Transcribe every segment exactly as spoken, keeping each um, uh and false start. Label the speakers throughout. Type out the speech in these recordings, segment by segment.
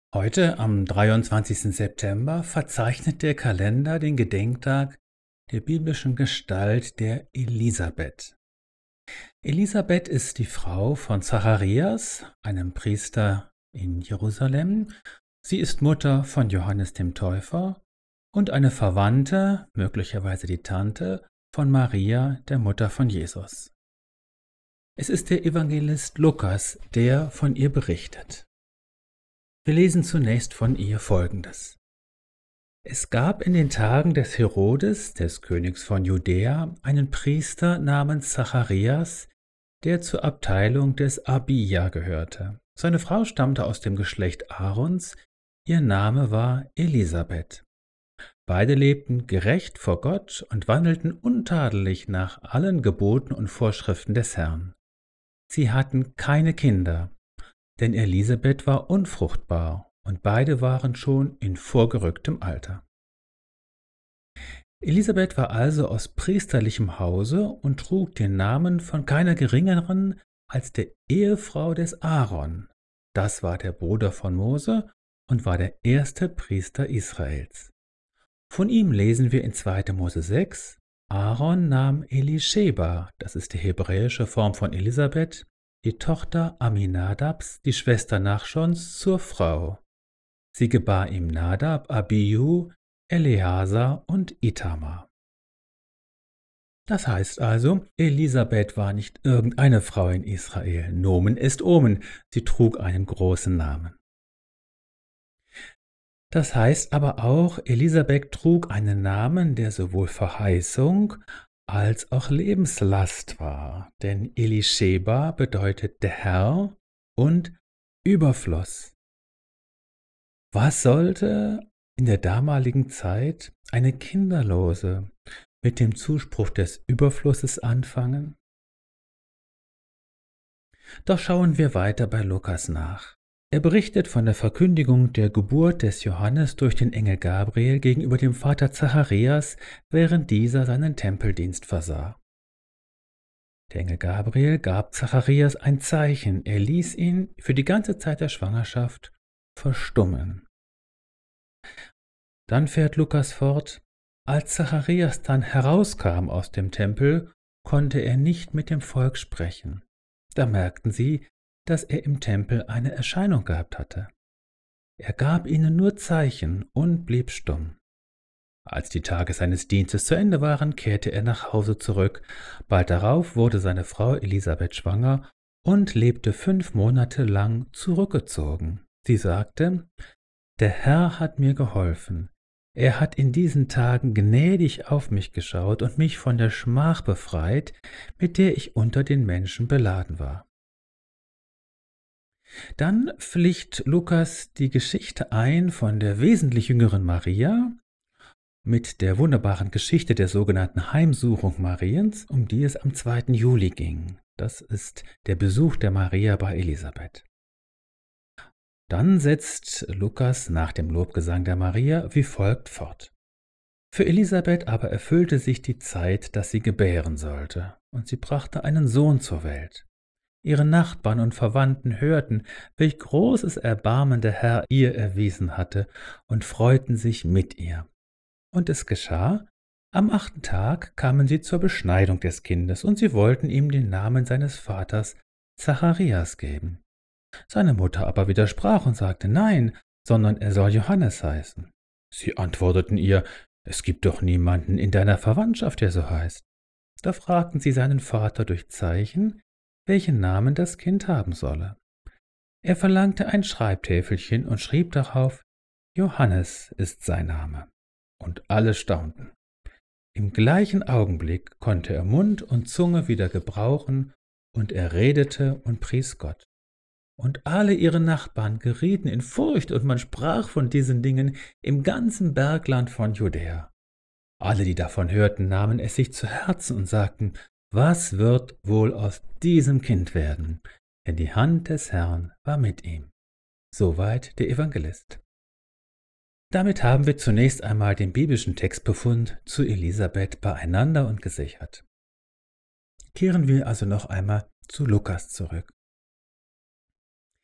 Speaker 1: Heute, am dreiundzwanzigsten September, verzeichnet der Kalender den Gedenktag der biblischen Gestalt der Elisabeth. Elisabeth ist die Frau von Zacharias, einem Priester in Jerusalem. Sie ist Mutter von Johannes dem Täufer und eine Verwandte, möglicherweise die Tante, von Maria, der Mutter von Jesus. Es ist der Evangelist Lukas, der von ihr berichtet. Wir lesen zunächst von ihr Folgendes. Es gab in den Tagen des Herodes, des Königs von Judäa, einen Priester namens Zacharias, der zur Abteilung des Abija gehörte. Seine Frau stammte aus dem Geschlecht Aarons, ihr Name war Elisabeth. Beide lebten gerecht vor Gott und wandelten untadelig nach allen Geboten und Vorschriften des Herrn. Sie hatten keine Kinder, denn Elisabeth war unfruchtbar und beide waren schon in vorgerücktem Alter. Elisabeth war also aus priesterlichem Hause und trug den Namen von keiner geringeren als der Ehefrau des Aaron. Das war der Bruder von Mose und war der erste Priester Israels. Von ihm lesen wir in zweiter Mose sechs, Aaron nahm Elischeba, das ist die hebräische Form von Elisabeth, die Tochter Aminadabs, die Schwester Nachschons, zur Frau. Sie gebar ihm Nadab, Abihu, Eleazar und Itamar. Das heißt also, Elisabeth war nicht irgendeine Frau in Israel. Nomen est Omen, sie trug einen großen Namen. Das heißt aber auch, Elisabeth trug einen Namen, der sowohl Verheißung als auch Lebenslast war, denn Elischeba bedeutet der Herr und Überfluss. Was sollte in der damaligen Zeit eine Kinderlose mit dem Zuspruch des Überflusses anfangen? Doch schauen wir weiter bei Lukas nach. Er berichtet von der Verkündigung der Geburt des Johannes durch den Engel Gabriel gegenüber dem Vater Zacharias, während dieser seinen Tempeldienst versah. Der Engel Gabriel gab Zacharias ein Zeichen, er ließ ihn für die ganze Zeit der Schwangerschaft verstummen. Dann fährt Lukas fort, als Zacharias dann herauskam aus dem Tempel, konnte er nicht mit dem Volk sprechen. Da merkten sie, dass er im Tempel eine Erscheinung gehabt hatte. Er gab ihnen nur Zeichen und blieb stumm. Als die Tage seines Dienstes zu Ende waren, kehrte er nach Hause zurück. Bald darauf wurde seine Frau Elisabeth schwanger und lebte fünf Monate lang zurückgezogen. Sie sagte, der Herr hat mir geholfen. Er hat in diesen Tagen gnädig auf mich geschaut und mich von der Schmach befreit, mit der ich unter den Menschen beladen war. Dann pflicht Lukas die Geschichte ein von der wesentlich jüngeren Maria mit der wunderbaren Geschichte der sogenannten Heimsuchung Mariens, um die es am zweiten Juli ging. Das ist der Besuch der Maria bei Elisabeth. Dann setzt Lukas nach dem Lobgesang der Maria wie folgt fort. Für Elisabeth aber erfüllte sich die Zeit, dass sie gebären sollte, und sie brachte einen Sohn zur Welt. Ihre Nachbarn und Verwandten hörten, welch großes Erbarmen der Herr ihr erwiesen hatte, und freuten sich mit ihr. Und es geschah, am achten Tag kamen sie zur Beschneidung des Kindes, und sie wollten ihm den Namen seines Vaters Zacharias geben. Seine Mutter aber widersprach und sagte, nein, sondern er soll Johannes heißen. Sie antworteten ihr, es gibt doch niemanden in deiner Verwandtschaft, der so heißt. Da fragten sie seinen Vater durch Zeichen, welchen Namen das Kind haben solle. Er verlangte ein Schreibtäfelchen und schrieb darauf, Johannes ist sein Name. Und alle staunten. Im gleichen Augenblick konnte er Mund und Zunge wieder gebrauchen, und er redete und pries Gott. Und alle ihre Nachbarn gerieten in Furcht, und man sprach von diesen Dingen im ganzen Bergland von Judäa. Alle, die davon hörten, nahmen es sich zu Herzen und sagten, was wird wohl aus diesem Kind werden? Denn die Hand des Herrn war mit ihm. Soweit der Evangelist. Damit haben wir zunächst einmal den biblischen Textbefund zu Elisabeth beieinander und gesichert. Kehren wir also noch einmal zu Lukas zurück.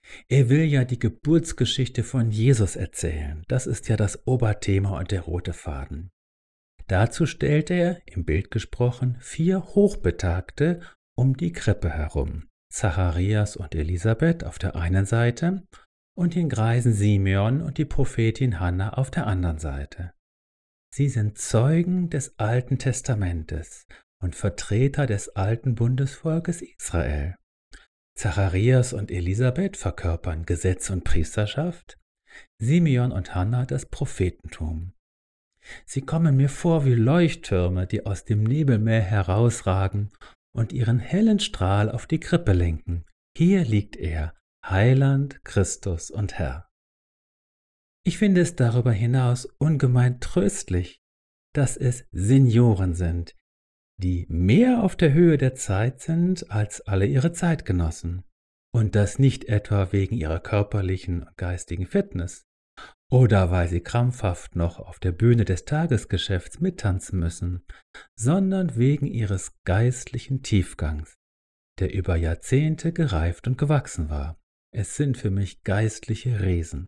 Speaker 1: Er will ja die Geburtsgeschichte von Jesus erzählen. Das ist ja das Oberthema und der rote Faden. Dazu stellt er, im Bild gesprochen, vier Hochbetagte um die Krippe herum. Zacharias und Elisabeth auf der einen Seite und den Greisen Simeon und die Prophetin Hanna auf der anderen Seite. Sie sind Zeugen des Alten Testamentes und Vertreter des alten Bundesvolkes Israel. Zacharias und Elisabeth verkörpern Gesetz und Priesterschaft, Simeon und Hanna das Prophetentum. Sie kommen mir vor wie Leuchttürme, die aus dem Nebelmeer herausragen und ihren hellen Strahl auf die Krippe lenken. Hier liegt er, Heiland, Christus und Herr. Ich finde es darüber hinaus ungemein tröstlich, dass es Senioren sind, die mehr auf der Höhe der Zeit sind als alle ihre Zeitgenossen. Und das nicht etwa wegen ihrer körperlichen und geistigen Fitness oder weil sie krampfhaft noch auf der Bühne des Tagesgeschäfts mittanzen müssen, sondern wegen ihres geistlichen Tiefgangs, der über Jahrzehnte gereift und gewachsen war. Es sind für mich geistliche Riesen.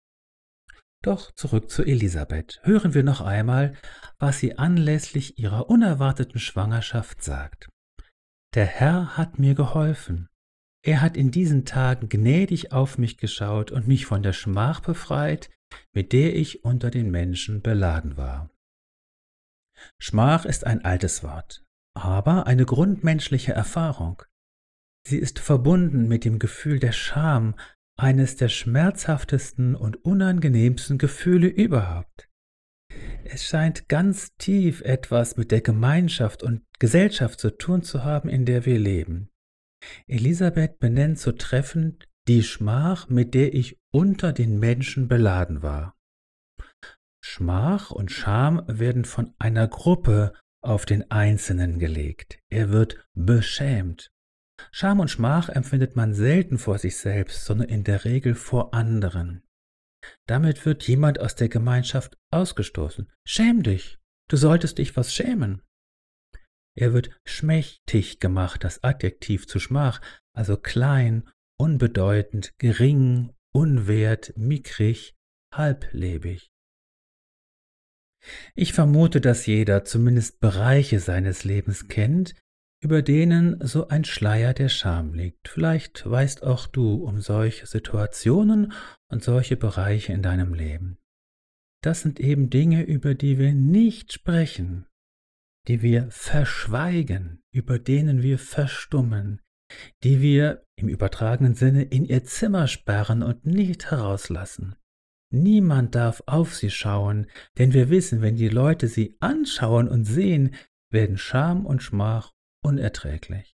Speaker 1: Doch zurück zu Elisabeth. Hören wir noch einmal, was sie anlässlich ihrer unerwarteten Schwangerschaft sagt. Der Herr hat mir geholfen. Er hat in diesen Tagen gnädig auf mich geschaut und mich von der Schmach befreit, mit der ich unter den Menschen beladen war. Schmach ist ein altes Wort, aber eine grundmenschliche Erfahrung. Sie ist verbunden mit dem Gefühl der Scham, eines der schmerzhaftesten und unangenehmsten Gefühle überhaupt. Es scheint ganz tief etwas mit der Gemeinschaft und Gesellschaft zu tun zu haben, in der wir leben. Elisabeth benennt so treffend die Schmach, mit der ich unter den Menschen beladen war. Schmach und Scham werden von einer Gruppe auf den Einzelnen gelegt. Er wird beschämt. Scham und Schmach empfindet man selten vor sich selbst, sondern in der Regel vor anderen. Damit wird jemand aus der Gemeinschaft ausgestoßen. Schäm dich, du solltest dich was schämen. Er wird schmächtig gemacht, das Adjektiv zu Schmach, also klein, unbedeutend, gering, unwert, mickrig, halblebig. Ich vermute, dass jeder zumindest Bereiche seines Lebens kennt, über denen so ein Schleier der Scham liegt. Vielleicht weißt auch du um solche Situationen und solche Bereiche in deinem Leben. Das sind eben Dinge, über die wir nicht sprechen, die wir verschweigen, über denen wir verstummen, die wir im übertragenen Sinne in ihr Zimmer sperren und nicht herauslassen. Niemand darf auf sie schauen, denn wir wissen, wenn die Leute sie anschauen und sehen, werden Scham und Schmach unerträglich.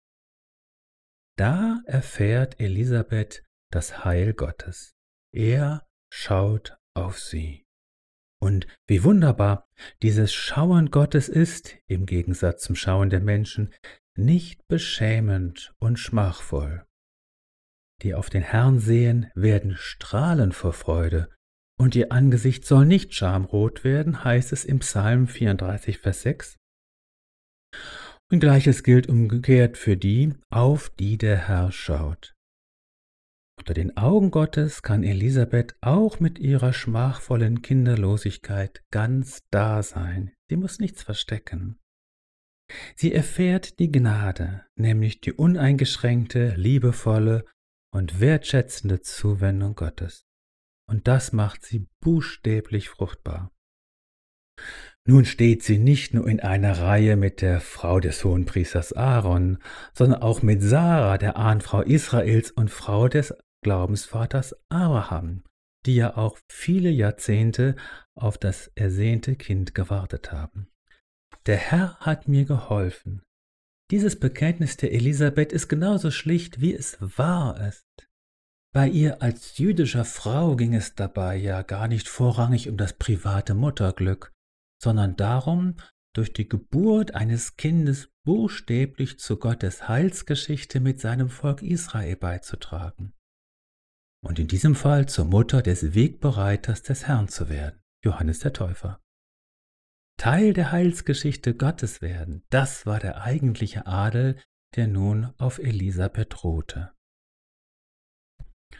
Speaker 1: Da erfährt Elisabeth das Heil Gottes. Er schaut auf sie. Und wie wunderbar dieses Schauen Gottes ist, im Gegensatz zum Schauen der Menschen, nicht beschämend und schmachvoll. Die auf den Herrn sehen, werden strahlen vor Freude, und ihr Angesicht soll nicht schamrot werden, heißt es im Psalm vierunddreißig, Vers sechs. Und Gleiches gilt umgekehrt für die, auf die der Herr schaut. Unter den Augen Gottes kann Elisabeth auch mit ihrer schmachvollen Kinderlosigkeit ganz da sein. Sie muss nichts verstecken. Sie erfährt die Gnade, nämlich die uneingeschränkte, liebevolle und wertschätzende Zuwendung Gottes. Und das macht sie buchstäblich fruchtbar. Nun steht sie nicht nur in einer Reihe mit der Frau des Hohenpriesters Aaron, sondern auch mit Sarah, der Ahnfrau Israels und Frau des Glaubensvaters Abraham, die ja auch viele Jahrzehnte auf das ersehnte Kind gewartet haben. Der Herr hat mir geholfen. Dieses Bekenntnis der Elisabeth ist genauso schlicht, wie es wahr ist. Bei ihr als jüdischer Frau ging es dabei ja gar nicht vorrangig um das private Mutterglück, sondern darum, durch die Geburt eines Kindes buchstäblich zu Gottes Heilsgeschichte mit seinem Volk Israel beizutragen. Und in diesem Fall zur Mutter des Wegbereiters des Herrn zu werden, Johannes der Täufer. Teil der Heilsgeschichte Gottes werden, das war der eigentliche Adel, der nun auf Elisabeth ruhte.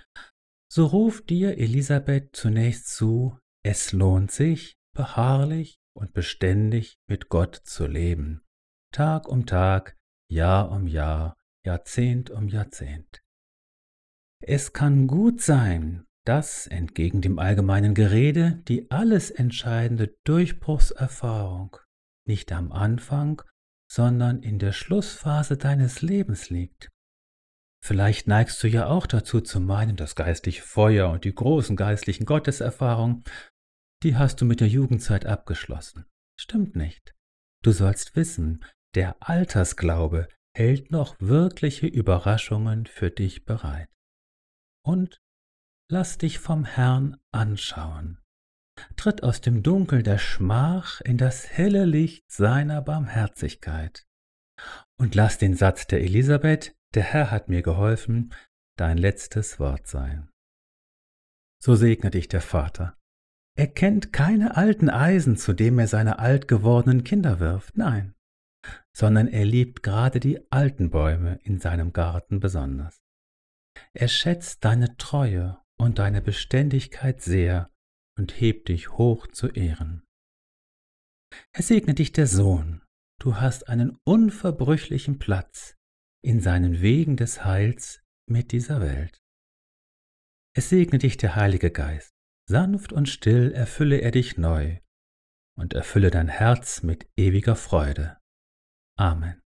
Speaker 1: so ruft dir Elisabeth zunächst zu, es lohnt sich, beharrlich und beständig mit Gott zu leben, Tag um Tag, Jahr um Jahr, Jahrzehnt um Jahrzehnt. Es kann gut sein, dass entgegen dem allgemeinen Gerede die alles entscheidende Durchbruchserfahrung nicht am Anfang, sondern in der Schlussphase deines Lebens liegt. Vielleicht neigst du ja auch dazu zu meinen, das geistliche Feuer und die großen geistlichen Gotteserfahrungen, die hast du mit der Jugendzeit abgeschlossen. Stimmt nicht. Du sollst wissen, der Altersglaube hält noch wirkliche Überraschungen für dich bereit. Und lass dich vom Herrn anschauen. Tritt aus dem Dunkel der Schmach in das helle Licht seiner Barmherzigkeit. Und lass den Satz der Elisabeth, der Herr hat mir geholfen, dein letztes Wort sein. So segne dich der Vater. Er kennt keine alten Eisen, zu dem er seine alt gewordenen Kinder wirft, nein, sondern er liebt gerade die alten Bäume in seinem Garten besonders. Er schätzt deine Treue und deine Beständigkeit sehr und hebt dich hoch zu Ehren. Er segne dich der Sohn, du hast einen unverbrüchlichen Platz in seinen Wegen des Heils mit dieser Welt. Es segne dich der Heilige Geist, sanft und still erfülle er dich neu und erfülle dein Herz mit ewiger Freude. Amen.